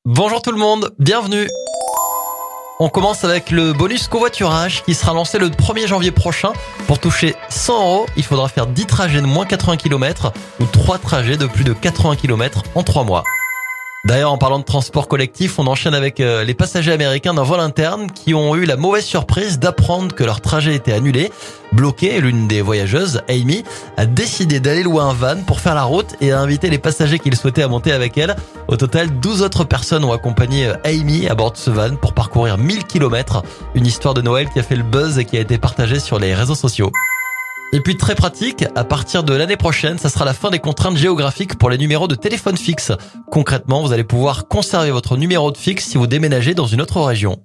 Bonjour tout le monde, bienvenue. On commence avec le bonus covoiturage qui sera lancé le 1er janvier prochain. Pour toucher 100 €, il faudra faire 10 trajets de moins 80 km ou 3 trajets de plus de 80 km en 3 mois. D'ailleurs, en parlant de transport collectif, on enchaîne avec les passagers américains d'un vol interne qui ont eu la mauvaise surprise d'apprendre que leur trajet était annulé. Bloquée, l'une des voyageuses, Amy, a décidé d'aller louer un van pour faire la route et a invité les passagers qu'ils souhaitaient à monter avec elle. Au total, 12 autres personnes ont accompagné Amy à bord de ce van pour parcourir 1000 km. Une histoire de Noël qui a fait le buzz et qui a été partagée sur les réseaux sociaux. Et puis très pratique, à partir de l'année prochaine, ça sera la fin des contraintes géographiques pour les numéros de téléphone fixe. Concrètement, vous allez pouvoir conserver votre numéro de fixe si vous déménagez dans une autre région.